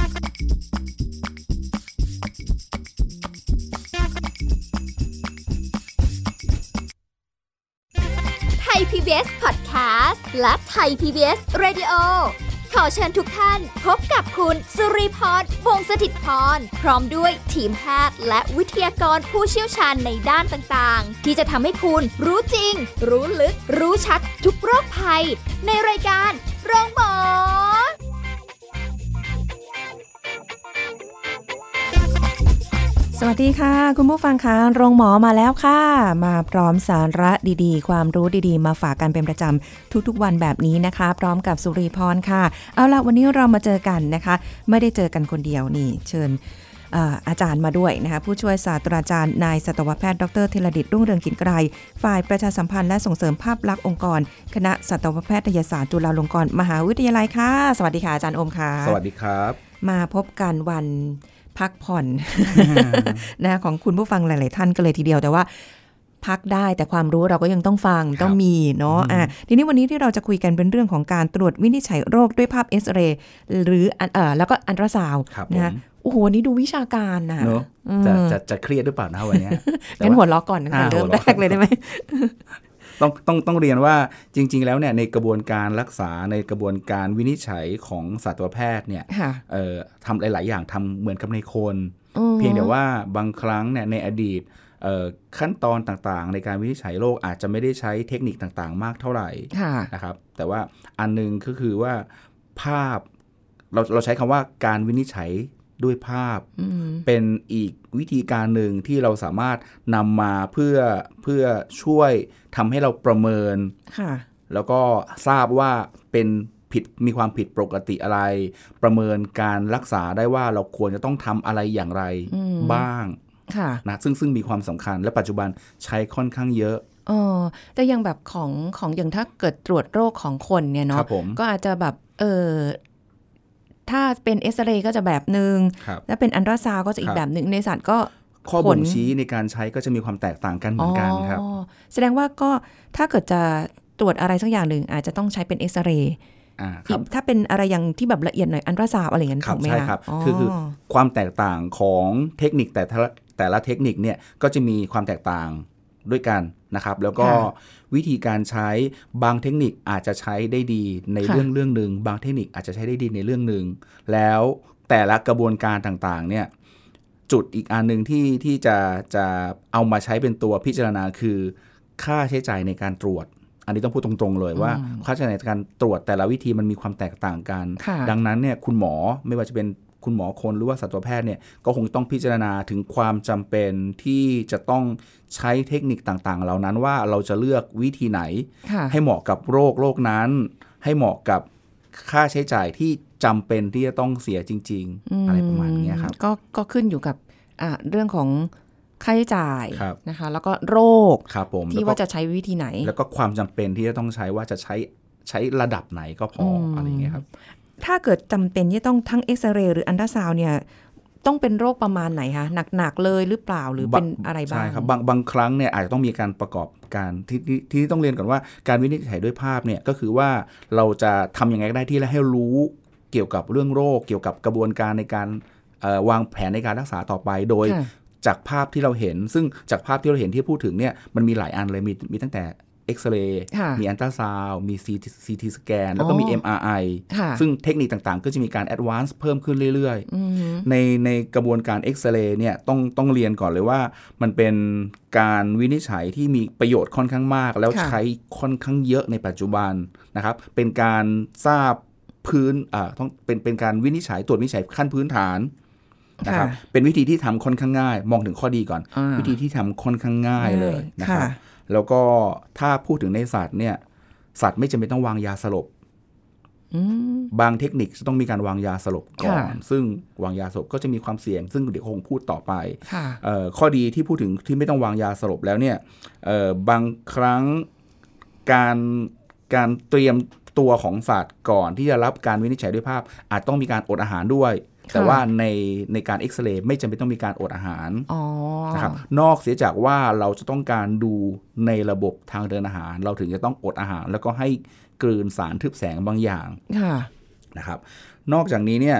ไทย PBS Podcast และไทย PBS Radio ขอเชิญทุกท่านพบกับคุณสุริพร วงศ์สถิตพรพร้อมด้วยทีมแพทย์และวิทยากรผู้เชี่ยวชาญในด้านต่างๆที่จะทำให้คุณรู้จริงรู้ลึกรู้ชัดทุกโรคภัยในรายการโรงหมอสวัสดีค่ะคุณผู้ฟังคะโรงหมอมาแล้วค่ะมาพร้อมสาระดีๆความรู้ดีๆมาฝากกันเป็นประจำทุกๆวันแบบนี้นะคะพร้อมกับสุริพรค่ะเอาล่ะวันนี้เรามาเจอกันนะคะไม่ได้เจอกันคนเดียวนี่เชิญอาจารย์มาด้วยนะคะผู้ช่วยศาสตราจารย์นายสัตวแพทย์ดร.ธีรดิษฐ์รุ่งเรืองกิจไกรฝ่ายประชาสัมพันธ์และส่งเสริมภาพลักษณ์องค์กรคณะสัตวแพทยศาสตร์จุฬาลงกรณ์มหาวิทยาลัยค่ะสวัสดีค่ะอาจารย์โอมค่ะสวัสดีครับมาพบกันวันพักผ่อน นะของคุณผู้ฟังหลายๆท่านกันเลยทีเดียวแต่ว่าพักได้แต่ความรู้เราก็ยังต้องฟังต้องมีเนาะทีนี้วันนี้ที่เราจะคุยกันเป็นเรื่องของการตรวจวินิจฉัยโรคด้วยภาพเอ็กซเรย์หรือแล้วก็อัลตราซาวด์นะคะโอ้โหนี่ดูวิชาการนะจะเครียดหรือเปล่านะวันนี้งั้นหัวล้อก่อนตั้งแต่เริ่มแรกเลยได้ไหมต้องเรียนว่าจริงๆแล้วเนี่ยในกระบวนการรักษาในกระบวนการวินิจฉัยของสัตวแพทย์เนี่ยทำหลายๆอย่างทำเหมือนกับในคนเพียงแต่ว่าบางครั้งเนี่ยในอดีตขั้นตอนต่างๆในการวินิจฉัยโรคอาจจะไม่ได้ใช้เทคนิคต่างๆมากเท่าไหร่นะครับแต่ว่าอันนึงก็คือว่าภาพเราใช้คำว่าการวินิจฉัยด้วยภาพเป็นอีกวิธีการหนึ่งที่เราสามารถนำมาเพื่อช่วยทำให้เราประเมินแล้วก็ทราบว่าเป็นมีความผิดปกติอะไรประเมินการรักษาได้ว่าเราควรจะต้องทำอะไรอย่างไรบ้างนะซึ่งมีความสำคัญและปัจจุบันใช้ค่อนข้างเยอะแต่ยังแบบของอย่างถ้าเกิดตรวจโรคของคนเนี่ยเนาะก็อาจจะแบบถ้าเป็นเอ็กซเรย์ก็จะแบบนึงแล้วเป็นอัลตราซาวด์ก็จะอีกแบบนึงในสัตว์ก็ข้อบ่งชี้ในการใช้ก็จะมีความแตกต่างกันเหมือนกันครับแสดงว่าก็ถ้าเกิดจะตรวจอะไรสักอย่างหนึ่งอาจจะต้องใช้เป็นเอ็กซเรย์ถ้าเป็นอะไรอย่างที่แบบละเอียดหน่อยอัลตราซาวด์อะไรอย่างนั้นถูกไหมคะใช่ครับคือความแตกต่างของเทคนิคแต่ละเทคนิคเนี่ยก็จะมีความแตกต่างด้วยกันนะครับแล้วก็วิธีการใช้บางเทคนิคอาจจะใช้ได้ดีในเรื่องนึงบางเทคนิคอาจจะใช้ได้ดีในเรื่องนึงแล้วแต่ละกระบวนการต่างๆเนี่ยจุดอีกอันนึงที่จะเอามาใช้เป็นตัวพิจารณาคือค่าใช้จ่ายในการตรวจอันนี้ต้องพูดตรงๆเลยว่าค่าใช้จ่ายในการตรวจแต่ละวิธีมันมีความแตกต่างกันดังนั้นเนี่ยคุณหมอไม่ว่าจะเป็นคุณหมอคนหรือว่าสัตวแพทย์เนี่ยก็คงต้องพิจารณาถึงความจำเป็นที่จะต้องใช้เทคนิคต่างๆเหล่านั้นว่าเราจะเลือกวิธีไหนให้เหมาะกับโรคนั้นให้เหมาะกับค่าใช้จ่ายที่จำเป็นที่จะต้องเสียจริงๆอะไรประมาณนี้ครับก็ขึ้นอยู่กับเรื่องของค่าใช้จ่ายนะคะแล้วก็โรคที่ว่าจะใช้วิธีไหนแล้วก็ความจำเป็นที่จะต้องใช้ว่าจะใช้ระดับไหนก็พออะไรอย่างเงี้ยครับถ้าเกิดจำเป็นที่ต้องทั้งเอ็กซเรย์หรืออัลตราซาวด์เนี่ยต้องเป็นโรคประมาณไหนคะหนักๆเลยหรือเปล่าหรือเป็นอะไรบ้างใช่ครับบางครั้งเนี่ยอาจจะต้องมีการประกอบการที่ต้องเรียนก่อนว่าการวินิจฉัยด้วยภาพเนี่ยก็คือว่าเราจะทำยังไงก็ได้ที่ให้รู้เกี่ยวกับเรื่องโรคเกี่ยวกับกระบวนการในการวางแผนในการรักษาต่อไปโดยจากภาพที่เราเห็นซึ่งจากภาพที่เราเห็นที่พูดถึงเนี่ยมันมีหลายอันเลยมีตั้งแต่เอ็กซเรย์มีอัลตราซาวด์มีซีทีสแกนแล้วก็มี MRI ซึ่งเทคนิคต่างๆก็จะมีการแอดวานซ์เพิ่มขึ้นเรื่อยๆในกระบวนการเอ็กซเรย์เนี่ยต้องเรียนก่อนเลยว่ามันเป็นการวินิจฉัยที่มีประโยชน์ค่อนข้างมากแล้วใช้ค่อนข้างเยอะในปัจจุบันนะครับเป็นการทราบต้องเป็นการวินิจฉัยตรวจวินิจฉัยขั้นพื้นฐานนะครับเป็นวิธีที่ทำค่อนข้างง่ายมองถึงข้อดีก่อนวิธีที่ทำค่อนข้างง่ายเลยนะครับแล้วก็ถ้าพูดถึงในสัตว์เนี่ยสัตว์ไม่จำเป็นต้องวางยาสลบบางเทคนิคจะต้องมีการวางยาสลบก่อนซึ่งวางยาสลบก็จะมีความเสี่ยงซึ่งเดี๋ยวคงพูดต่อไปข้อดีที่พูดถึงที่ไม่ต้องวางยาสลบแล้วเนี่ยบางครั้งการเตรียมตัวของสัตว์ก่อนที่จะรับการวินิจฉัยด้วยภาพอาจต้องมีการอดอาหารด้วยแต่ว่าในการเอ็กซเรย์ไม่จำเป็นต้องมีการอดอาหารนะครับนอกเสียจากว่าเราจะต้องการดูในระบบทางเดินอาหารเราถึงจะต้องอดอาหารแล้วก็ให้กลืนสารทึบแสงบางอย่างนะครับนอกจากนี้เนี่ย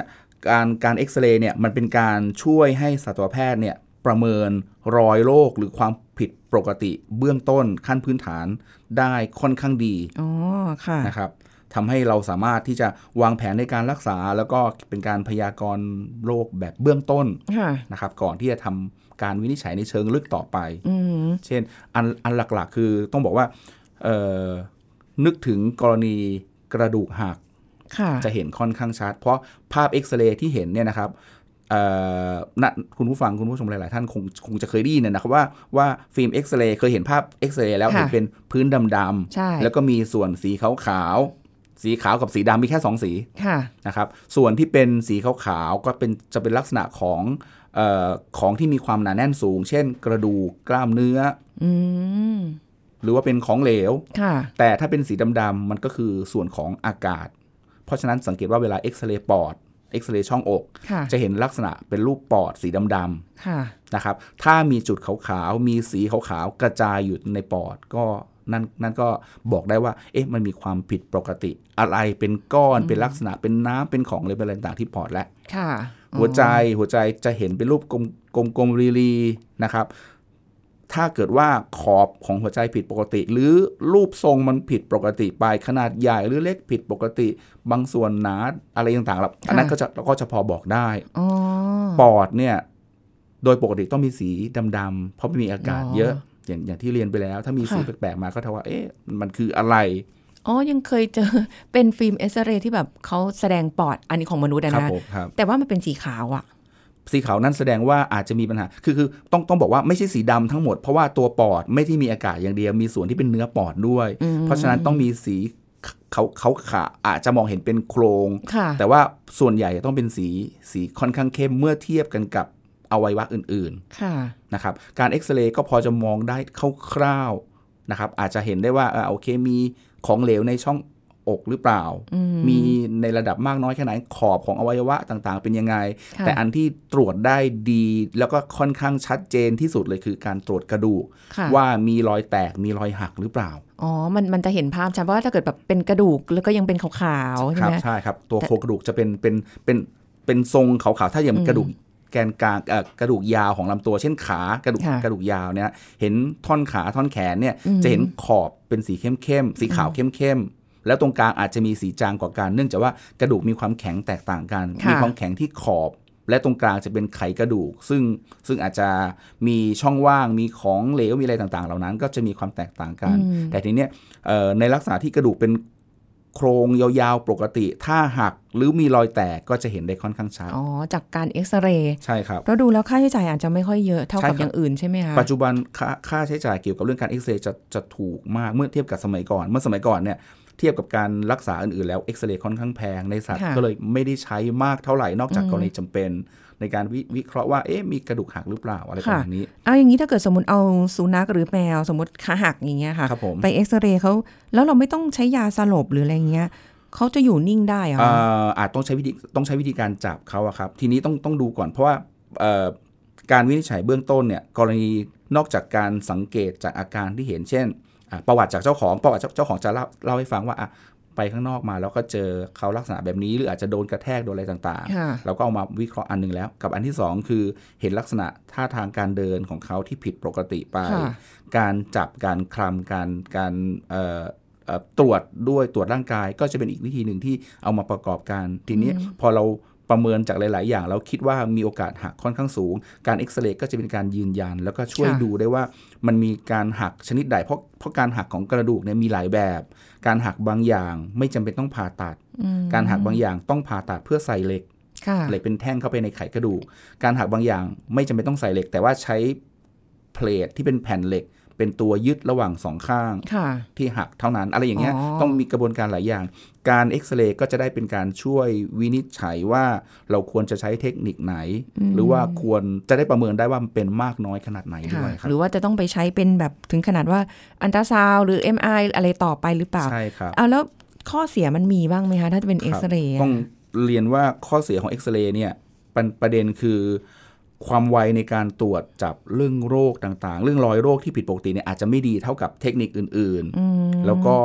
การเอ็กซเรย์เนี่ยมันเป็นการช่วยให้สัตวแพทย์เนี่ยประเมินรอยโรคหรือความผิดปกติเบื้องต้นขั้นพื้นฐานได้ค่อนข้างดีค่ะนะครับทำให้เราสามารถที่จะวางแผนในการรักษาแล้วก็เป็นการพยากรณ์โรคแบบเบื้องต้นนะครับก่อนที่จะทำการวินิจฉัยในเชิงลึกต่อไปเช่นอันหลักๆคือต้องบอกว่านึกถึงกรณีกระดูกหักจะเห็นค่อนข้างชัดเพราะภาพเอ็กซเรย์ที่เห็นเนี่ยนะครับคุณผู้ฟังคุณผู้ชมหลายๆท่านคงจะเคยได้ยินนะครับว่าฟิล์มเอ็กซเรย์เคยเห็นภาพเอ็กซเรย์แล้วเห็นเป็นพื้นดำๆแล้วก็มีส่วนสีขาวสีขาวกับสีดำมีแค่2สีนะครับส่วนที่เป็นสีขาวก็จะเป็นลักษณะของที่มีความหนาแน่นสูงเช่นกระดูกกล้ามเนื้อหรือว่าเป็นของเหลวแต่ถ้าเป็นสีดำๆมันก็คือส่วนของอากาศเพราะฉะนั้นสังเกตว่าเวลาเอ็กซเรย์ปอดเอ็กซเรย์ช่องอกจะเห็นลักษณะเป็นรูปปอดสีดำๆนะครับถ้ามีจุดขาวๆมีสีขาวๆกระจายอยู่ในปอดก็นั่นก็บอกได้ว่ามันมีความผิดปกติอะไรเป็นก้อนเป็นลักษณะเป็นน้ำเป็นของอะไรเป็นอะไรต่างๆที่ปอดและหัวใจจะเห็นเป็นรูปกลมๆรีๆนะครับถ้าเกิดว่าขอบของหัวใจผิดปกติหรือรูปทรงมันผิดปกติไปขนาดใหญ่หรือเล็กผิดปกติบางส่วนหนาอะไรต่างๆอันนั้นก็จะพอบอกได้ปอดเนี่ยโดยปกติต้องมีสีดำๆเพราะมีอากาศเยอะอย่างที่เรียนไปแล้วถ้ามีสีแปลกๆมาก็เท่าว่ามันคืออะไรยังเคยเจอเป็นฟิล์มเอ็กซเรย์ที่แบบเขาแสดงปอดอันนี้ของมนุษย์นะแต่ว่ามันเป็นสีขาวอะสีขาวนั่นแสดงว่าอาจจะมีปัญหาคือต้องบอกว่าไม่ใช่สีดำทั้งหมดเพราะว่าตัวปอดไม่ที่มีอากาศอย่างเดียวมีส่วนที่เป็นเนื้อปอดด้วยเพราะฉะนั้นต้องมีสีขาวอาจจะมองเห็นเป็นโครงแต่ว่าส่วนใหญ่ต้องเป็นสีค่อนข้างเข้มเมื่อเทียบกันกับอวัยวะอื่นๆนะครับการเอ็กซเรย์ก็พอจะมองได้คร่าวๆนะครับอาจจะเห็นได้ว่าโอเคมีของเหลวในช่องอกหรือเปล่ามีในระดับมากน้อยแค่ไหนขอบของอวัยวะต่างๆเป็นยังไงแต่อันที่ตรวจได้ดีแล้วก็ค่อนข้างชัดเจนที่สุดเลยคือการตรวจกระดูกว่ามีรอยแตกมีรอยหักหรือเปล่ามันจะเห็นภาพชัดว่าถ้าเกิดแบบเป็นกระดูกแล้วก็ยังเป็นขาวๆใช่ไหมใช่ครับตัวโครงกระดูกจะเป็นทรงขาวๆถ้าอย่างกระดูกแกนกลางกระดูกยาวของลำตัวเช่นขากระดูกยาวเนี่ยเห็นท่อนขาท่อนแขนเนี่ยจะเห็นขอบเป็นสีเข้มๆสีขาวเข้มๆแล้วตรงกลางอาจจะมีสีจางกว่ากันเนื่องจากว่ากระดูกมีความแข็งแตกต่างกันมีความแข็งที่ขอบและตรงกลางจะเป็นไขกระดูกซึ่งอาจจะมีช่องว่างมีของเหลวมีอะไรต่างๆเหล่านั้นก็จะมีความแตกต่างกันแต่ทีเนี้ยในลักษณะที่กระดูกเป็นโครงยาวๆปกติถ้าหักหรือมีรอยแตกก็จะเห็นได้ค่อนข้างชัดจากการเอ็กซเรย์ใช่ครับเราดูแล้วค่าใช้จ่ายอาจจะไม่ค่อยเยอะเท่ากับอย่างอื่นใช่ไหมคะปัจจุบันค่าใช้จ่ายเกี่ยวกับเรื่องการเอ็กซเรย์จะถูกมากเมื่อเทียบกับสมัยก่อนเมื่อสมัยก่อนเนี่ยเทียบกับการรักษาอื่นๆแล้วเอ็กซเรย์ค่อนข้างแพงในสัตว์ก็เลยไม่ได้ใช้มากเท่าไหร่นอกจากกรณีจำเป็นในการวิเคราะห์ว่ามีกระดูกหักหรือเปล่าอะไรประมาณนี้เอาอย่างนี้ถ้าเกิดสมมติเอาสุนัขหรือแมวสมมติขาหักอย่างเงี้ยค่ะไปเอ็กซเรย์เขาแล้วเราไม่ต้องใช้ยาสลบหรืออะไรเงี้ยเขาจะอยู่นิ่งได้เหรออาจต้องใช้วิธีการจับเขาครับทีนี้ต้องดูก่อนเพราะว่าการวินิจฉัยเบื้องต้นเนี่ยกรณีนอกจากการสังเกตจากอาการที่เห็นเช่นประวัติจากเจ้าของจะเล่าให้ฟังว่าไปข้างนอกมาแล้วก็เจอเขาลักษณะแบบนี้หรืออาจจะโดนกระแทกโดนอะไรต่างๆเราก็เอามาวิเคราะห์อันนึงแล้วกับอันที่2คือเห็นลักษณะท่าทางการเดินของเขาที่ผิดปกติไปการจับการคลำการตรวจร่างกายก็จะเป็นอีกวิธีหนึ่งที่เอามาประกอบกันทีนี้พอเราประเมินจากหลายๆอย่างเราคิดว่ามีโอกาสหักค่อนข้างสูงการเอ็กซเรย์ก็จะเป็นการยืนยันแล้วก็ช่วยดูได้ว่ามันมีการหักชนิดใดเพราะการหักของกระดูกเนี่ยมีหลายแบบการหักบางอย่างไม่จำเป็นต้องผ่าตัดการหักบางอย่างต้องผ่าตัดเพื่อใส่เหล็กเป็นแท่งเข้าไปในไขกระดูกการหักบางอย่างไม่จำเป็นต้องใส่เหล็กแต่ว่าใช้เพลทที่เป็นแผ่นเหล็กเป็นตัวยึดระหว่างสองข้างที่หักเท่านั้นอะไรอย่างเงี้ยต้องมีกระบวนการหลายอย่างการเอ็กซเรย์ก็จะได้เป็นการช่วยวินิจฉัยว่าเราควรจะใช้เทคนิคไหนหรือว่าควรจะได้ประเมินได้ว่ามันเป็นมากน้อยขนาดไหนด้วยครับหรือว่าจะต้องไปใช้เป็นแบบถึงขนาดว่าอัลตราซาวด์หรือ MRI อะไรต่อไปหรือเปล่าใช่ครับแล้วข้อเสียมันมีบ้างไหมคะถ้าจะเป็นเอ็กซเรย์ต้องเรียนว่าข้อเสียของเอ็กซเรย์เนี่ยประเด็นคือความไวในการตรวจจับเรื่องโรคต่างๆเรื่องรอยโรคที่ผิดปกติเนี่ยอาจจะไม่ดีเท่ากับเทคนิคอื่นๆแล้วก็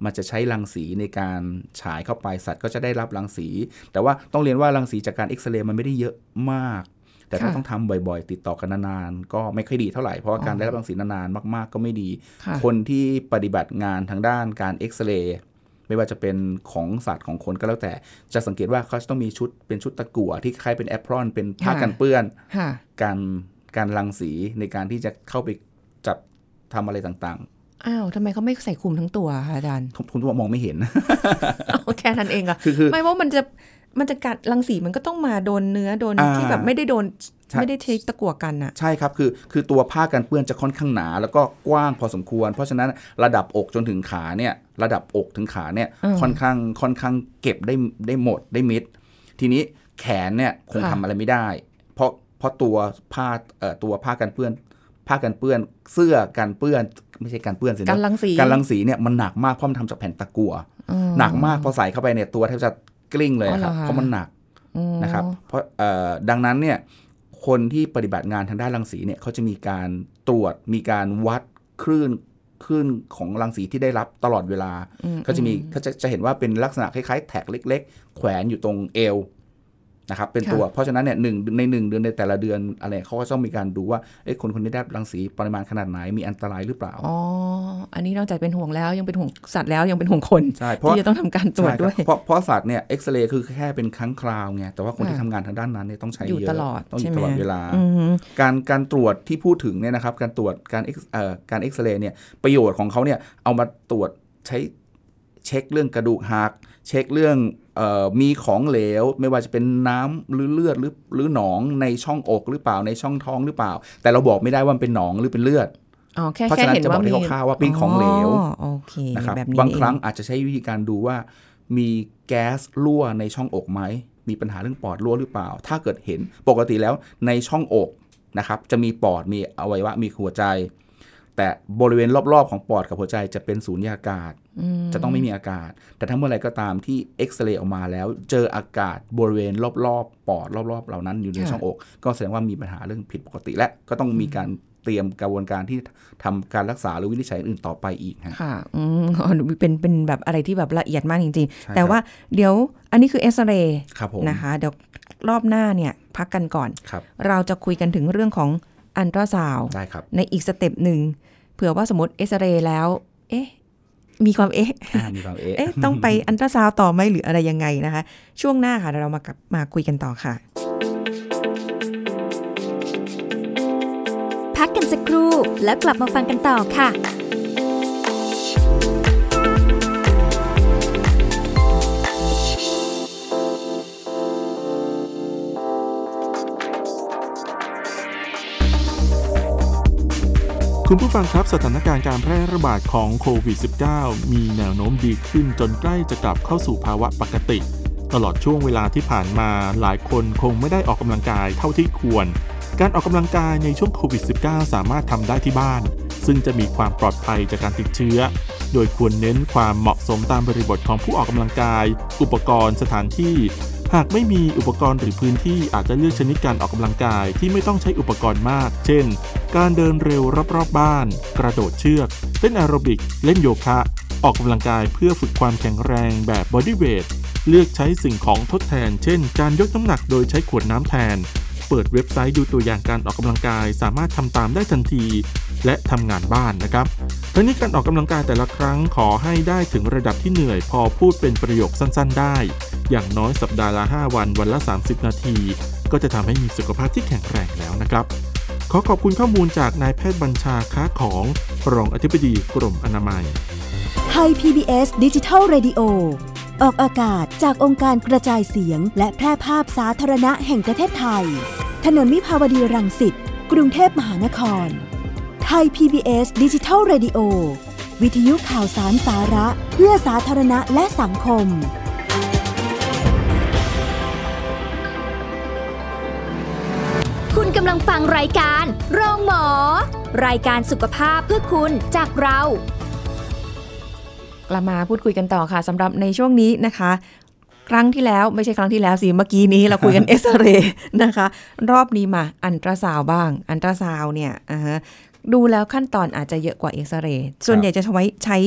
มันจะใช้รังสีในการฉายเข้าไปสัตว์ก็จะได้รับรังสีแต่ว่าต้องเรียนว่ารังสีจากการเอ็กซเรย์มันไม่ได้เยอะมากแต่ถ้าต้องทำบ่อยๆติดต่อกันนานๆก็ไม่ค่อยดีเท่าไหร่เพราะว่าการได้รับรังสีนานๆมากๆก็ไม่ดีคนที่ปฏิบัติงานทางด้านการเอ็กซเรย์ไม่ว่าจะเป็นของสัตว์ของคนก็แล้วแต่จะสังเกตว่าเขาจะต้องมีชุดเป็นชุดตะกั่วที่คล้ายเป็นแอปรอนเป็นผ้ากันเปื้อนการรังสีในการที่จะเข้าไปจับทำอะไรต่างๆอ้าวทำไมเขาไม่ใส่คลุมทั้งตัวคะอาจารย์คุณมองไม่เห็นแค่นั้นเองอะไม่ว่ามันจะกัดรังสีมันก็ต้องมาโดนเนื้อโดนที่แบบไม่ได้โดนไม่ได้ใช้ตะกั่วกันอะใช่ครับคือตัวผ้ากันเปื้อนจะค่อนข้างหนาแล้วก็กว้างพอสมควรเพราะฉะนั้นระดับอกจนถึงขาเนี่ยระดับอกถึงขาเนี่ยค่อนข้างเก็บได้หมดได้มิดทีนี้แขนเนี่ยคงทำอะไรไม่ได้เพราะตัวผ้ากันเปื้อนเสื้อกันเปื้อนไม่ใช่กันเปื้อนสินะการรังสีเนี่ยมันหนักมากเพราะมันทำจากแผ่นตะกั่วหนักมากพอใส่เข้าไปเนี่ยตัวแทบจะกลิ้งเลยครับเพราะมันหนักนะครับเพราะดังนั้นเนี่ยคนที่ปฏิบัติงานทางด้านรังสีเนี่ยเขาจะมีการตรวจมีการวัดคลื่นของรังสีที่ได้รับตลอดเวลาเขาจะเห็นว่าเป็นลักษณะคล้ายๆแท็กเล็กๆแขวนอยู่ตรงเอวนะครับเป็นตัวเพราะฉะนั้นเนี่ยใน1เดือนในแต่ละเดือนอะไรเขาก็ต้องมีการดูว่าคนนี้ได้รังสีปริมาณขนาดไหนมีอันตรายหรือเปล่าอ๋ออันนี้นอกจากเป็นห่วงแล้วยังเป็นห่วงสัตว์แล้วยังเป็นห่วงคนที่จะต้องทำการตรวจด้วยเพราะสัตว์เนี่ยเอ็กซเรย์คือแค่เป็นครั้งคราวไงแต่ว่าคนที่ทำงานทางด้านนั้นเนี่ยต้องใช้เยอะต้องอยู่ตลอดเวลาการตรวจที่พูดถึงเนี่ยนะครับการตรวจการเอ็กซเรย์เนี่ยประโยชน์ของเขาเนี่ยเอามาตรวจใช้เช็คเรื่องกระดูกหักเช็คเรื่องมีของเหลวไม่ว่าจะเป็นน้ำหรือเลือดหรือหนองในช่องอกหรือเปล่าในช่องท้องหรือเปล่าแต่เราบอกไม่ได้ว่าเป็นหนองหรือเป็นเลือดเพราะฉะนั้นจะบอกให้คร่าวๆว่าเป็นของเหลวนะครับบางครั้งอาจจะใช้วิธีการดูว่ามีแก๊สรั่วในช่องอกไหมมีปัญหาเรื่องปอดรั่วหรือเปล่าถ้าเกิดเห็นปกติแล้วในช่องอกนะครับจะมีปอดมีอวัยวะมีหัวใจแต่บริเวณรอบๆของปอดกับหัวใจจะเป็นสูญญากาศจะต้องไม่มีอากาศแต่ทั้งเมื่อไรก็ตามที่เอ็กซเรย์ออกมาแล้วเจออากาศบริเวณรอบๆปอดรอบๆเหล่านั้นอยู่ในช่องอกก็แสดงว่ามีปัญหาเรื่องผิดปกติและก็ต้องมีการเตรียมกระบวนการที่ทำการรักษาหรือวินิจฉัยอื่นต่อไปอีกค่ะเป็นแบบอะไรที่แบบละเอียดมากจริงๆแต่ว่าเดี๋ยวอันนี้คือเอ็กซเรย์นะคะเดี๋ยวรอบหน้าเนี่ยพักกันก่อนเราจะคุยกันถึงเรื่องของอัลตราซาวด์ในอีกสเต็ปหนึ่งเผื่อว่าสมมติเอ็กซเรย์แล้วมีความต้องไปอัลตราซาวด์ต่อไหมหรืออะไรยังไงนะคะช่วงหน้าค่ะเรามาคุยกันต่อค่ะพักกันสักครู่แล้วกลับมาฟังกันต่อค่ะคุณผู้ฟังครับสถานการณ์การแพร่ระบาดของโควิด -19 มีแนวโน้มดีขึ้นจนใกล้จะกลับเข้าสู่ภาวะปกติตลอดช่วงเวลาที่ผ่านมาหลายคนคงไม่ได้ออกกำลังกายเท่าที่ควรการออกกำลังกายในช่วงโควิด -19 สามารถทำได้ที่บ้านซึ่งจะมีความปลอดภัยจากการติดเชื้อโดยควรเน้นความเหมาะสมตามบริบทของผู้ออกกำลังกายอุปกรณ์สถานที่หากไม่มีอุปกรณ์หรือพื้นที่อาจจะเลือกชนิดการออกกำลังกายที่ไม่ต้องใช้อุปกรณ์มากเช่นการเดินเร็วรอบๆบ้านกระโดดเชือกเล่นแอโรบิกเล่นโยคะออกกำลังกายเพื่อฝึกความแข็งแรงแบบบอดี้เวทเลือกใช้สิ่งของทดแทนเช่นการยกน้ำหนักโดยใช้ขวดน้ำแทนเปิดเว็บไซต์ดูตัวอย่างการออกกำลังกายสามารถทำตามได้ทันทีและทำงานบ้านนะครับทั้งนี้การออกกำลังกายแต่ละครั้งขอให้ได้ถึงระดับที่เหนื่อยพอพูดเป็นประโยคสั้นๆได้อย่างน้อยสัปดาห์ละ5วันวันละ30นาทีก็จะทำให้มีสุขภาพที่แข็งแรงแล้วนะครับขอขอบคุณข้อมูลจากนายแพทย์บัญชาค้าของรองอธิบดีกรมอนามัยไทย PBS Digital Radio ออกอากาศจากองค์การกระจายเสียงและแพร่ภาพสาธารณะแห่งประเทศไทยถนนวิภาวดีรังสิตกรุงเทพมหานครไทย PBS Digital Radio วิทยุข่าวสารสาระเพื่อสาธารณะและสังคมคุณกำลังฟังรายการโรงหมอรายการสุขภาพเพื่อคุณจากเรากลับมาพูดคุยกันต่อค่ะสำหรับในช่วงนี้นะคะครั้งที่แล้วไม่ใช่ครั้งที่แล้วสิเมื่อกี้นี้เราคุยกันเอ็กซเรย์นะคะรอบนี้มาอัลตราซาวด์บ้างอัลตราซาวด์เนี่ยดูแล้วขั้นตอนอาจจะเยอะกว่าเอ็กซเรย์ส่วนใหญ่จะใช้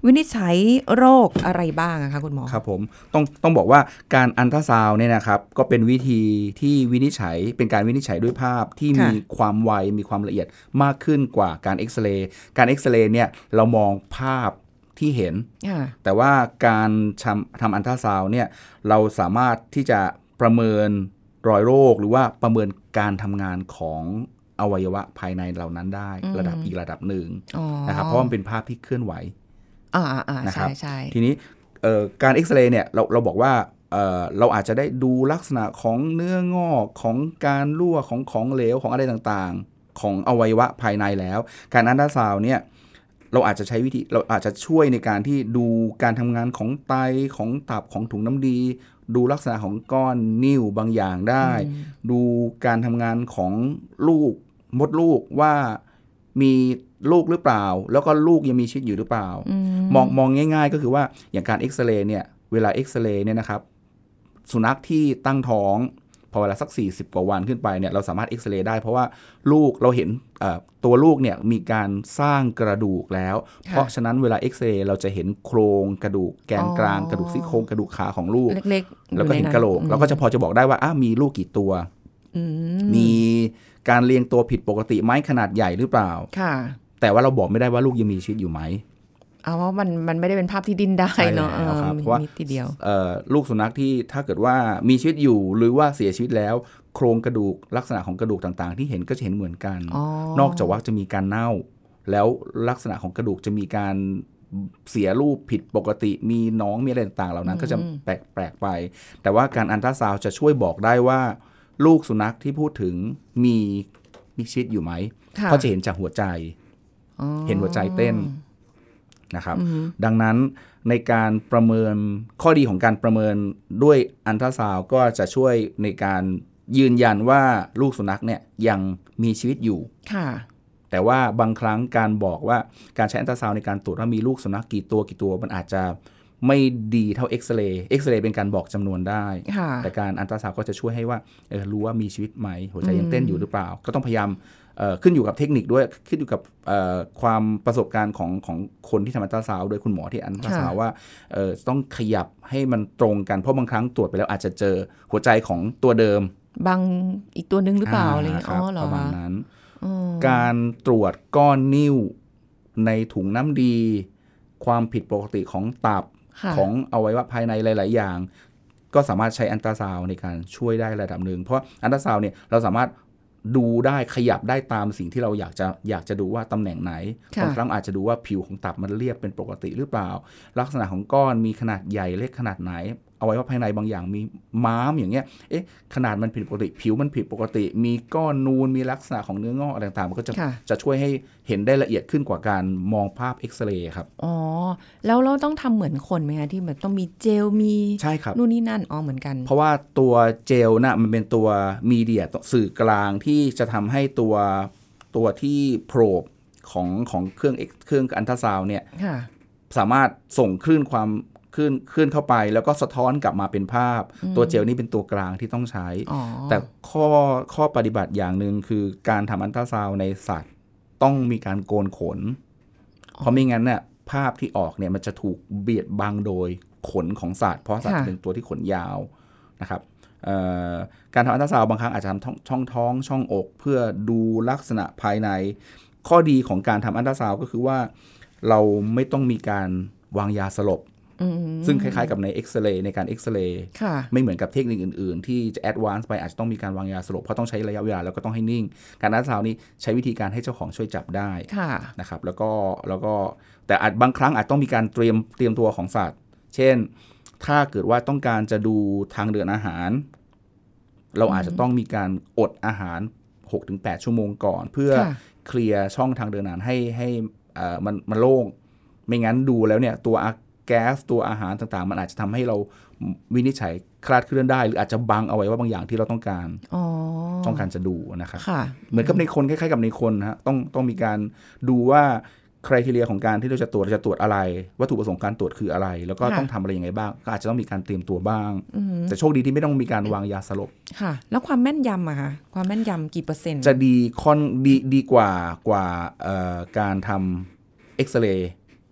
วินิจฉัยโรคอะไรบ้างคะคุณหมอครับผมต้องบอกว่าการอัลตราซาวด์เนี่ยนะครับก็เป็นวิธีที่วินิจฉัยเป็นการวินิจฉัยด้วยภาพที่มีความไวมีความละเอียดมากขึ้นกว่าการเอ็กซเรย์การเอ็กซเรย์เนี่ยเรามองภาพที่เห็นแต่ว่าการทำอัลตราซาวด์เนี่ยเราสามารถที่จะประเมินรอยโรคหรือว่าประเมินการทำงานของอวัยวะภายในเหล่านั้นได้ระดับหนึ่งนะครับเพราะมันเป็นภาพที่เคลื่อนไหวนะครับทีนี้การเอ็กซเรย์เนี่ยเราบอกว่าเราอาจจะได้ดูลักษณะของเนื้องอกของการรั่วของเหลวของอะไรต่างๆของอวัยวะภายในแล้วการอัลตราซาวด์เนี่ยเราอาจจะใช้วิธีเราอาจจะช่วยในการที่ดูการทำงานของไตของตับของถุงน้ำดีดูลักษณะของก้อนนิ่วบางอย่างได้ดูการทำงานของลูกมดลูกว่ามีลูกหรือเปล่าแล้วก็ลูกยังมีชีวิตอยู่หรือเปล่ามองง่ายๆก็คือว่าอย่างการเอ็กซเรย์เนี่ยเวลาเอ็กซเรย์เนี่ยนะครับสุนัขที่ตั้งท้องพอเวลาสัก40กว่าวันขึ้นไปเนี่ยเราสามารถเอ็กซเรย์ได้เพราะว่าลูกเราเห็นตัวลูกเนี่ยมีการสร้างกระดูกแล้วเพราะฉะนั้นเวลาเอ็กซเรย์เราจะเห็นโครงกระดูกแกนกลางกระดูกซี่โครงกระดูกขาของลูกเล็กๆแล้วก็เห็นกะโหลกเราก็จะพอจะบอกได้ว่ามีลูกกี่ตัวมีการเรียงตัวผิดปกติไหมขนาดใหญ่หรือเปล่าแต่ว่าเราบอกไม่ได้ว่าลูกยังมีชีวิตอยู่ไหมเพราะมันไม่ได้เป็นภาพที่ดิ้นได้เนาะเพราะว่าลูกสุนัขที่ถ้าเกิดว่ามีชีวิตอยู่หรือว่าเสียชีวิตแล้วโครงกระดูกลักษณะของกระดูกต่างๆที่เห็นก็จะเห็นเหมือนกันนอกจากว่าจะมีการเน่าแล้วลักษณะของกระดูกจะมีการเสียรูปผิดปกติมีหนองมีอะไรต่างๆเหล่านั้นก็จะแปลกไปแต่ว่าการอัลตราซาวด์จะช่วยบอกได้ว่าลูกสุนัขที่พูดถึงมีชีวิตอยู่ไหมเพราะจะเห็นจากหัวใจเห็นหัวใจเต้นนะครับดังนั้นในการประเมินข้อดีของการประเมินด้วยอัลตราซาวด์ก็จะช่วยในการยืนยันว่าลูกสุนัขเนี่ยยังมีชีวิตอยู่แต่ว่าบางครั้งการบอกว่าการใช้อัลตราซาวด์ในการตรวจว่ามีลูกสุนัขกี่ตัวมันอาจจะไม่ดีเท่าเอ็กซเรย์เป็นการบอกจำนวนได้แต่การอัลตราซาวด์ก็จะช่วยให้ว่ารู้ว่ามีชีวิตไหมหัวใจยังเต้นอยู่หรือเปล่าก็ต้องพยายามขึ้นอยู่กับเทคนิคด้วยขึ้นอยู่กับความประสบการณ์ของคนที่ทำอัลตราซาวด์โดยคุณหมอที่อัลตราซาวด์ว่าต้องขยับให้มันตรงกันเพราะบางครั้งตรวจไปแล้วอาจจะเจอหัวใจของตัวเดิมบางอีกตัวนึงหรือเปล่าอะไรประมาณนั้นการตรวจก้อนนิ่วในถุงน้ำดีความผิดปกติของตับของอวัยวะภายในหลายๆอย่างก็สามารถใช้อัลตราซาวด์ในการช่วยได้ระดับหนึ่งเพราะอัลตราซาวด์เนี่ยเราสามารถดูได้ขยับได้ตามสิ่งที่เราอยากจะดูว่าตำแหน่งไหนบางครั้งอาจจะดูว่าผิวของตับมันเรียบเป็นปกติหรือเปล่าลักษณะของก้อนมีขนาดใหญ่เล็กขนาดไหนอวัยวะภายในบางอย่างมีม้ามอย่างเงี้ยขนาดมันผิดปกติผิวมันผิดปกติมีก้อนนูนมีลักษณะของเนื้องอกอะไรต่างๆมันก็จะช่วยให้เห็นได้ละเอียดขึ้นกว่าการมองภาพเอ็กซเรย์ครับแล้วเราต้องทำเหมือนคนไหมคะที่แบบต้องมีเจลมีใช่ครับนู่นนี่นั่นเหมือนกันเพราะว่าตัวเจลน่ะมันเป็นตัวมีเดียสื่อกลางที่จะทำให้ตัวที่โพรบของเครื่องอัลตราซาวด์เนี่ยสามารถส่งคลื่นความขึ้นเข้าไปแล้วก็สะท้อนกลับมาเป็นภาพตัวเจลนี่เป็นตัวกลางที่ต้องใช้แต่ข้อปฏิบัติอย่างนึงคือการทำอัลตราซาวด์ในสัตว์ต้องมีการโกนขนเพราะไม่งั้นเนี่ยภาพที่ออกเนี่ยมันจะถูกเบียดบังโดยขนของสัตว์เพราะสัตว์เป็นตัวที่ขนยาวนะครับการทำอัลตราซาวด์บางครั้งอาจจะทำช่องท้องช่องอกเพื่อดูลักษณะภายในข้อดีของการทำอัลตราซาวด์ก็คือว่าเราไม่ต้องมีการวางยาสลบซึ่งคล้ายๆกับในเอ็กซเรย์ในการเอ็กซเรย์ไม่เหมือนกับเทคนิคอื่นๆที่จะแอดวานซ์ไปอาจจะต้องมีการวางยาสลบเพราะต้องใช้ระยะเวลาแล้วก็ต้องให้นิ่งการอัลตราซาวด์นี้ใช้วิธีการให้เจ้าของช่วยจับได้นะครับแล้วก็แต่อาจบางครั้งอาจต้องมีการเตรียมตัวของสัตว์เช่นถ้าเกิดว่าต้องการจะดูทางเดินอาหารเราอาจจะต้องมีการอดอาหาร 6-8 ชั่วโมงก่อนเพื่อเคลียร์ช่องทางเดินอาหารให้มันโล่งไม่งั้นดูแล้วเนี่ยตัวแก๊สตัวอาหารต่างๆมันอาจจะทำให้เราวินิจฉัยคลาดเคลื่อนได้หรืออาจจะบังเอาไว้ว่าบางอย่างที่เราต้องการจะดูนะครับเหมือนกับในคนคล้ายๆกับในคนนะฮะต้องมีการดูว่าไครทีเรียของการที่เราจะตรวจอะไรวัตถุประสงค์การตรวจคืออะไรแล้วก็ต้องทำอะไรยังไงบ้างก็อาจจะต้องมีการเตรียมตัวบ้างแต่โชคดีที่ไม่ต้องมีการวางยาสลบค่ะแล้วความแม่นยำอะคะความแม่นยำกี่เปอร์เซ็นต์จะดีกว่าการทำเอ็กซเรย์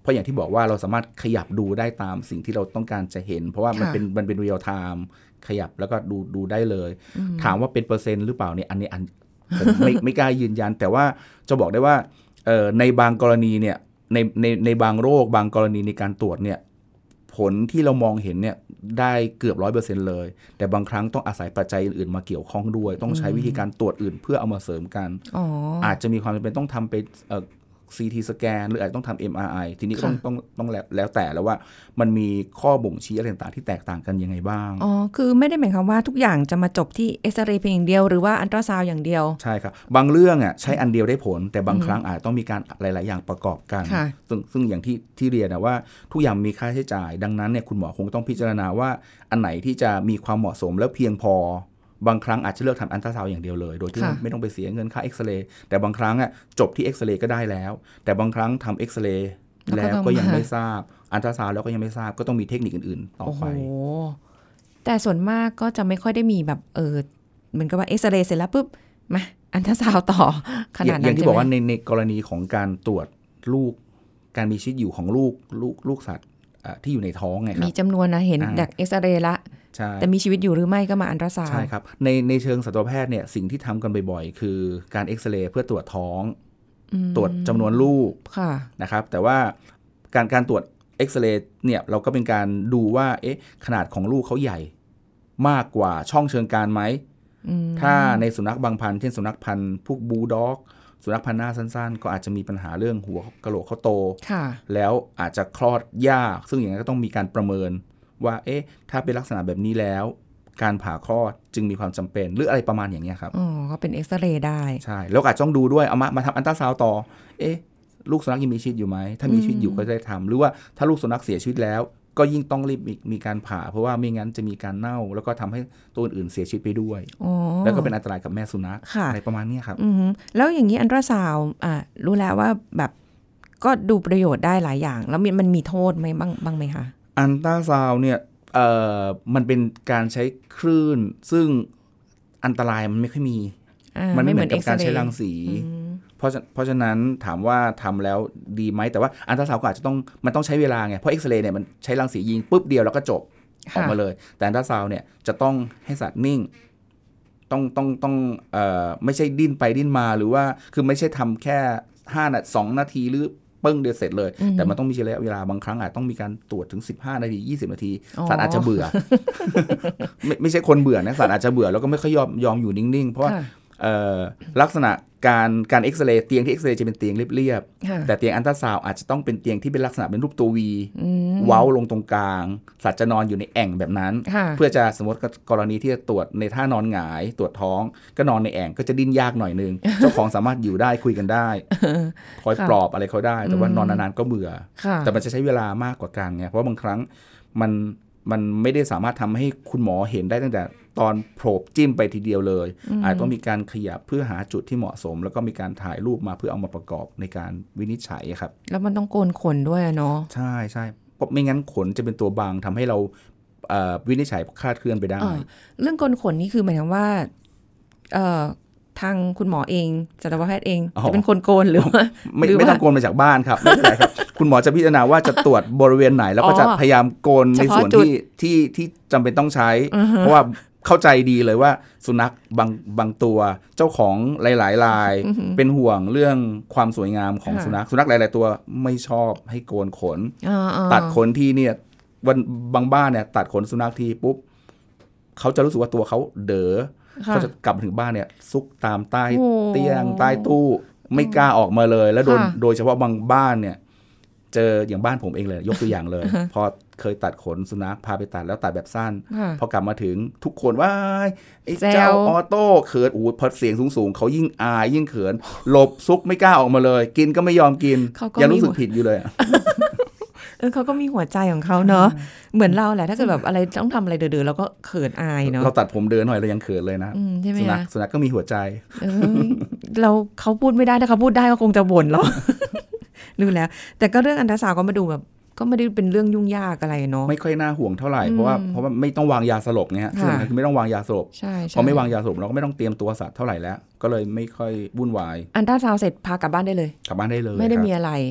เพราะอย่างที่บอกว่าเราสามารถขยับดูได้ตามสิ่งที่เราต้องการจะเห็นเพราะว่ามันเป็นเรียลไทม์ขยับแล้วก็ดูได้เลยถามว่าเป็นเปอร์เซ็นต์หรือเปล่าเนี่ยอันนี้ผมไม่กล้ายืนยันแต่ว่าจะบอกได้ว่าในบางกรณีเนี่ยในบางโรคบางกรณีในการตรวจเนี่ยผลที่เรามองเห็นเนี่ยได้เกือบ 100% เลยแต่บางครั้งต้องอาศัยปัจจัยอื่นๆมาเกี่ยวข้องด้วยต้องใช้วิธีการตรวจอื่นเพื่อเอามาเสริมกันอาจจะมีความจำเป็นต้องทำไปCT สแกนหรืออาจจะต้องทำ MRI ทีนี้ต้องแล้วแต่แล้วว่ามันมีข้อบ่งชี้อะไรต่างๆที่แตกต่างกันยังไงบ้างคือไม่ได้หมายความว่าทุกอย่างจะมาจบที่เอ็กซเรย์เพียงอย่างเดียวหรือว่าอัลตราซาวด์อย่างเดียวใช่ครับบางเรื่องใช้อันเดียวได้ผลแต่บางครั้งอาจต้องมีการหลายๆอย่างประกอบกันซึ่งอย่างที่เรียนนะว่าทุกอย่างมีค่าใช้จ่ายดังนั้นเนี่ยคุณหมอคงต้องพิจารณาว่าอันไหนที่จะมีความเหมาะสมและเพียงพอบางครั้งอาจจะเลือกทำอัลตราซาวด์อย่างเดียวเลยโดยที่ไม่ต้องไปเสียเงินค่าเอ็กซเรย์แต่บางครั้งจบที่เอ็กซเรย์ก็ได้แล้วแต่บางครั้งทำเอ็กซเรย์แล้วก็ยังไม่ทราบอัลตราซาวด์แล้วก็ยังไม่ทราบก็ต้องมีเทคนิคอื่นๆต่อไปแต่ส่วนมากก็จะไม่ค่อยได้มีแบบเหมือนกับว่าเอ็กซเรย์เสร็จแล้วปุ๊บมาอัลตราซาวด์ต่อขนาดนั้นอย่างที่บอกว่าในกรณีของการตรวจลูกการมีชีวิตอยู่ของลูกสัตว์ที่อยู่ในท้องไงครับมีจำนวนนะเห็นจากเอ็กซเรย์ละแต่มีชีวิตอยู่หรือไม่ก็มาอัลตราซาวด์ใช่ครับในเชิงสัตวแพทย์เนี่ยสิ่งที่ทำกันบ่อยๆคือการเอ็กซเรย์เพื่อตรวจท้องตรวจจำนวนลูกนะครับแต่ว่าการตรวจเอ็กซเรย์เนี่ยเราก็เป็นการดูว่าขนาดของลูกเขาใหญ่มากกว่าช่องเชิงกรานไหมถ้าในสุนัขบางพันธุ์เช่นสุนัขพันธุ์พวกบูลด็อกสุนัขพันธุ์หน้าสั้นๆก็อาจจะมีปัญหาเรื่องหัวกะโหลกเขาโตแล้วอาจจะคลอดยากซึ่งอย่างนั้นก็ต้องมีการประเมินว่าถ้าเป็นลักษณะแบบนี้แล้วการผ่าคลอดจึงมีความจำเป็นหรืออะไรประมาณอย่างนี้ครับก็เป็นเอ็กซเรย์ได้ใช่แล้วอาจจะต้องดูด้วยเอามาทำอัลตราซาวด์ต่อลูกสุนัขยังมีชีวิตอยู่ไหมถ้ามีชีวิตอยู่ก็ได้ทำหรือว่าถ้าลูกสุนัขเสียชีวิตแล้วก็ยิ่งต้องรีบมีการผ่าเพราะว่าไม่งั้นจะมีการเน่าแล้วก็ทำให้ตัวอื่นเสียชีวิตไปด้วยแล้วก็เป็นอันตรายกับแม่สุนัขอะไรประมาณนี้ครับแล้วอย่างนี้อัลตราซาวด์รู้แล้วว่าแบบก็ดูประโยชน์ได้หลายอย่างแล้วมันมีโทษไหมบ้างไหมคะอัลตราซาวด์เนี่ยมันเป็นการใช้คลื่นซึ่งอันตรายมันไม่ค่อยมีมันไม่เหมือนกับการใช้รังสีเพราะฉะนั้นถามว่าทำแล้วดีไหมแต่ว่าอัลตราซาวด์ก็อาจจะมันต้องใช้เวลาไงเพราะเอ็กซเรย์เนี่ยมันใช้รังสียิงปุ๊บเดียวแล้วก็จบออกมาเลยแต่อัลตราซาวด์เนี่ยจะต้องให้สัตว์นิ่งต้องไม่ใช่ดิ้นไปดิ้นมาหรือว่าคือไม่ใช่ทำแค่2 นาทีหรือปึ้งเดียวเสร็จเลยแต่มันต้องมีระยะเวลาบางครั้งอาจต้องมีการตรวจถึง15 นาที20 นาทีสัตว์อาจจะเบื่อ ไม่ใช่คนเบื่อนะสัตว์อาจจะเบื่อแล้วก็ไม่ค่อยยอมอยู่นิ่งๆเพราะว่าลักษณะการเอ็กซเรย์เตียงที่เอ็กซเรย์จะเป็นเตียงเรียบๆแต่เตียงอัลตราซาวด์อาจจะต้องเป็นเตียงที่เป็นลักษณะเป็นรูปตัววีเว้าลงตรงกลางสัตว์จะนอนอยู่ในแอ่งแบบนั้นเพื่อจะสมมติกรณีที่จะตรวจในท่านอนหงายตรวจท้องก็นอนในแอ่งก็จะดิ้นยากหน่อยนึงเจ้าของสามารถอยู่ได้คุยกันได้คอยปลอบอะไรเขาได้แต่ว่านอนนานๆก็เบื่อแต่มันจะใช้เวลามากกว่ากันไงเพราะบางครั้งมันไม่ได้สามารถทำให้คุณหมอเห็นได้ตั้งแต่ตอนโผล่จิ้มไปทีเดียวเลยอาจต้องมีการขยับเพื่อหาจุดที่เหมาะสมแล้วก็มีการถ่ายรูปมาเพื่อเอามาประกอบในการวินิจฉัยครับแล้วมันต้องโกนขนด้วยเนาะใช่ใช่เพราะไม่งั้นขนจะเป็นตัวบังทำให้เราวินิจฉัยคลาดเคลื่อนไปได้เรื่องโกนขนนี่คือหมายถึงว่าทางคุณหมอเองสัตวแพทย์เองจะเป็นคนโกนหรือว่าไม่ต้องโกนมาจากบ้านครับไม่ใช่ครับคุณหมอจะพิจารณาว่าจะตรวจบริเวณไหนแล้วก็จะพยายามโกนในส่วนที่จำเป็นต้องใช้เพราะว่าเข้าใจดีเลยว่าสุนัขบางตัวเจ้าของหลายๆรายเป็นห่วงเรื่องความสวยงามของสุนัขหลายๆตัวไม่ชอบให้โกนขนตัดขนที่เนี่ยวันบางบ้านเนี่ยตัดขนสุนัขทีปุ๊บเขาจะรู้สึกว่าตัวเขาเด๋อเขาจะกลับถึงบ้านเนี่ยซุกตามใต้เตียงใต้ตู้ไม่กล้าออกมาเลยแล้วโดยเฉพาะบางบ้านเนี่ยเจออย่างบ้านผมเองเลยยกตัวอย่างเลยพอเคยตัดขนสุนัขพาไปตัดแล้วตัดแบบสั้นพอกลับมาถึงทุกคนว่าไอ้เจ้าออโต้เขินพอเสียงสูงๆเขายิ่งอายยิ่งเขินหลบซุกไม่กล้าออกมาเลยกินก็ไม่ยอมกินยังรู้สึกผิดอยู่เลยเขาก็มีหัวใจของเขาเนาะเหมือนเราแหละถ้าเกิดแบบอะไรต้องทำอะไรเดือดๆเราก็เขินอายเนาะเราตัดผมเดินหน่อยเรายังเขินเลยนะสุนัขก็มีหัวใจเขาพูดไม่ได้ถ้าเขาพูดได้ก็คงจะบ่นเราดูแล้วแต่ก็เรื่องอัลตราซาวด์ก็มาดูแบบก็ไม่ได้เป็นเรื่องยุ่งยากอะไรเนาะไม่ค่อยน่าห่วงเท่าไหร่เพราะว่าไม่ต้องวางยาสลบไงฮะคือไม่ต้องวางยาสลบพอไม่วางยาสลบเราก็ไม่ต้องเตรียมตัวสัตว์เท่าไหร่แล้วก็เลยไม่ค่อยวุ่นวายอัลตราซาวด์เสร็จพากลับบ้านได้เลยกลับบ้านได้เลยไม่ได้มีอะไร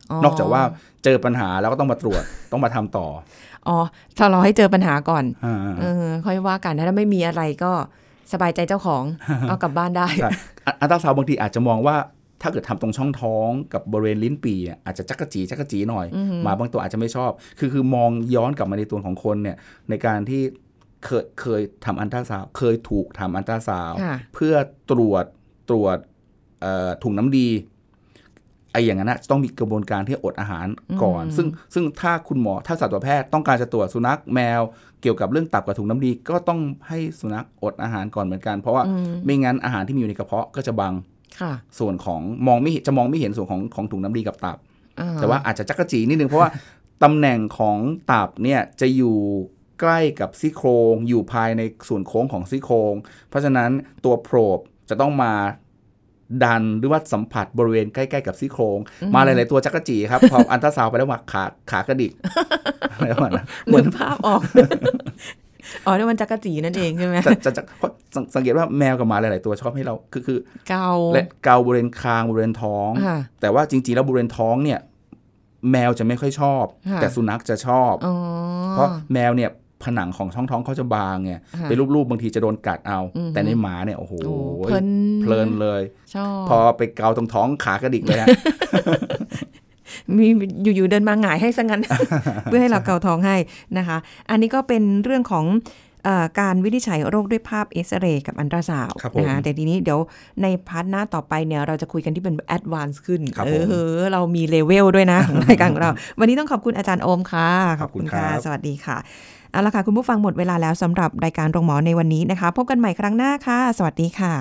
นอกจากว่าเจอปัญหาแล้วก็ต้องมาตรวจ ต้องมาทำต่อถ้ารอให้เจอปัญหาก่อนค่อยว่ากันถ้าไม่มีอะไรก็สบายใจเจ้าของ เอากลับบ้านได้อัลตราซาวด์บางทีอาจจะมองว่าถ้าเกิดทำตรงช่องท้องกับบริเวณลิ้นปี่อาจจะจักกะจีหน่อยหมาบางตัวอาจจะไม่ชอบคือมองย้อนกลับมาในตัวของคนเนี่ยในการที่เคยทำอัลตราซาวด์เคยถูกทำอัลตราซาวด์เพื่อตรวจถุงน้ำดีอย่างนั้นต้องมีกระบวนการที่อดอาหารก่อนซึ่งถ้าคุณหมอถ้าสัตวแพทย์ต้องการจะตรวจสุนัขแมวเกี่ยวกับเรื่องตับกับถุงน้ำดีก็ต้องให้สุนัขอดอาหารก่อนเหมือนกันเพราะว่าไม่งั้นอาหารที่มีอยู่ในกระเพาะก็จะบังส่วนของมองไม่เห็นส่วนของถุงน้ำดีกับตับแต่ว่าอาจจะจักกะจีนิดนึงเพราะว่าตำแหน่งของตับเนี่ยจะอยู่ใกล้กับซี่โครงอยู่ภายในส่วนโค้งของซี่โครงเพราะฉะนั้นตัวโพรบจะต้องมาดันหรือว่าสัมผัสบริเวณใกล้ๆกับซี่โครงมาหลายๆตัวจักรจีครับพออัลตราซาวด์ไปแล้วว่าขากระดิกอะไรประมาณนั้นเหมือนภาพออกนี่มันจักรจีนั่นเองใช่ไหมสังเกตว่าแมวกับหมาหลายๆตัวชอบให้เราคือเกาและเกาบริเวณคางบริเวณท้องแต่ว่าจริงๆแล้วบริเวณท้องเนี่ยแมวจะไม่ค่อยชอบแต่สุนัขจะชอบเพราะแมวเนี่ยผนังของช่องท้องเขาจะบางไงไปรูปๆบางทีจะโดนกัดเอาแต่ในหมาเนี่ยโอ้โหเพลินเลยพอไปเกาตรงท้องขากระดิกเลยฮะมีอยู่ๆเดินมาหงายให้ซะงั้น เพื่อให้เราเกาท้องให้นะคะอันนี้ก็เป็นเรื่องของการวินิจฉัยโรคด้วยภาพเอ็กซเรย์กับอัลตราซาวด์นะคะแต่ทีนี้เดี๋ยวในพาร์ทหน้าต่อไปเนี่ยเราจะคุยกันที่เป็นแอดวานซ์ขึ้นเรามีเลเวลด้วยนะของรายการของเราวันนี้ต้องขอบคุณอาจารย์โอมค่ะขอบคุณค่ะสวัสดีค่ะเอาละค่ะคุณผู้ฟังหมดเวลาแล้วสำหรับรายการโรงหมอในวันนี้นะคะพบกันใหม่ครั้งหน้าค่ะสวัสดีค่ะ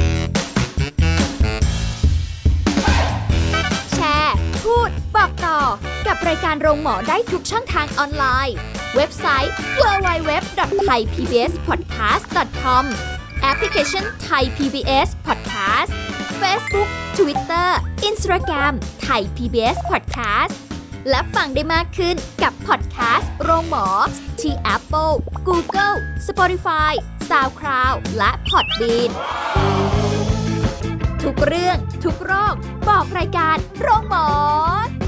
แชร์พูดบอกต่อกับรายการโรงหมอได้ทุกช่องทางออนไลน์เว็บไซต์ www.thaipbspodcast.com แอปพลิเคชัน Thai PBS Podcast Facebook Twitter Instagram Thai PBS Podcast และฟังได้มากขึ้นกับพอดแคสต์โรงหมอที่ Apple, Google, Spotify, SoundCloud และ Podbean ทุกเรื่องทุกโรคบอกรายการโรงหมอ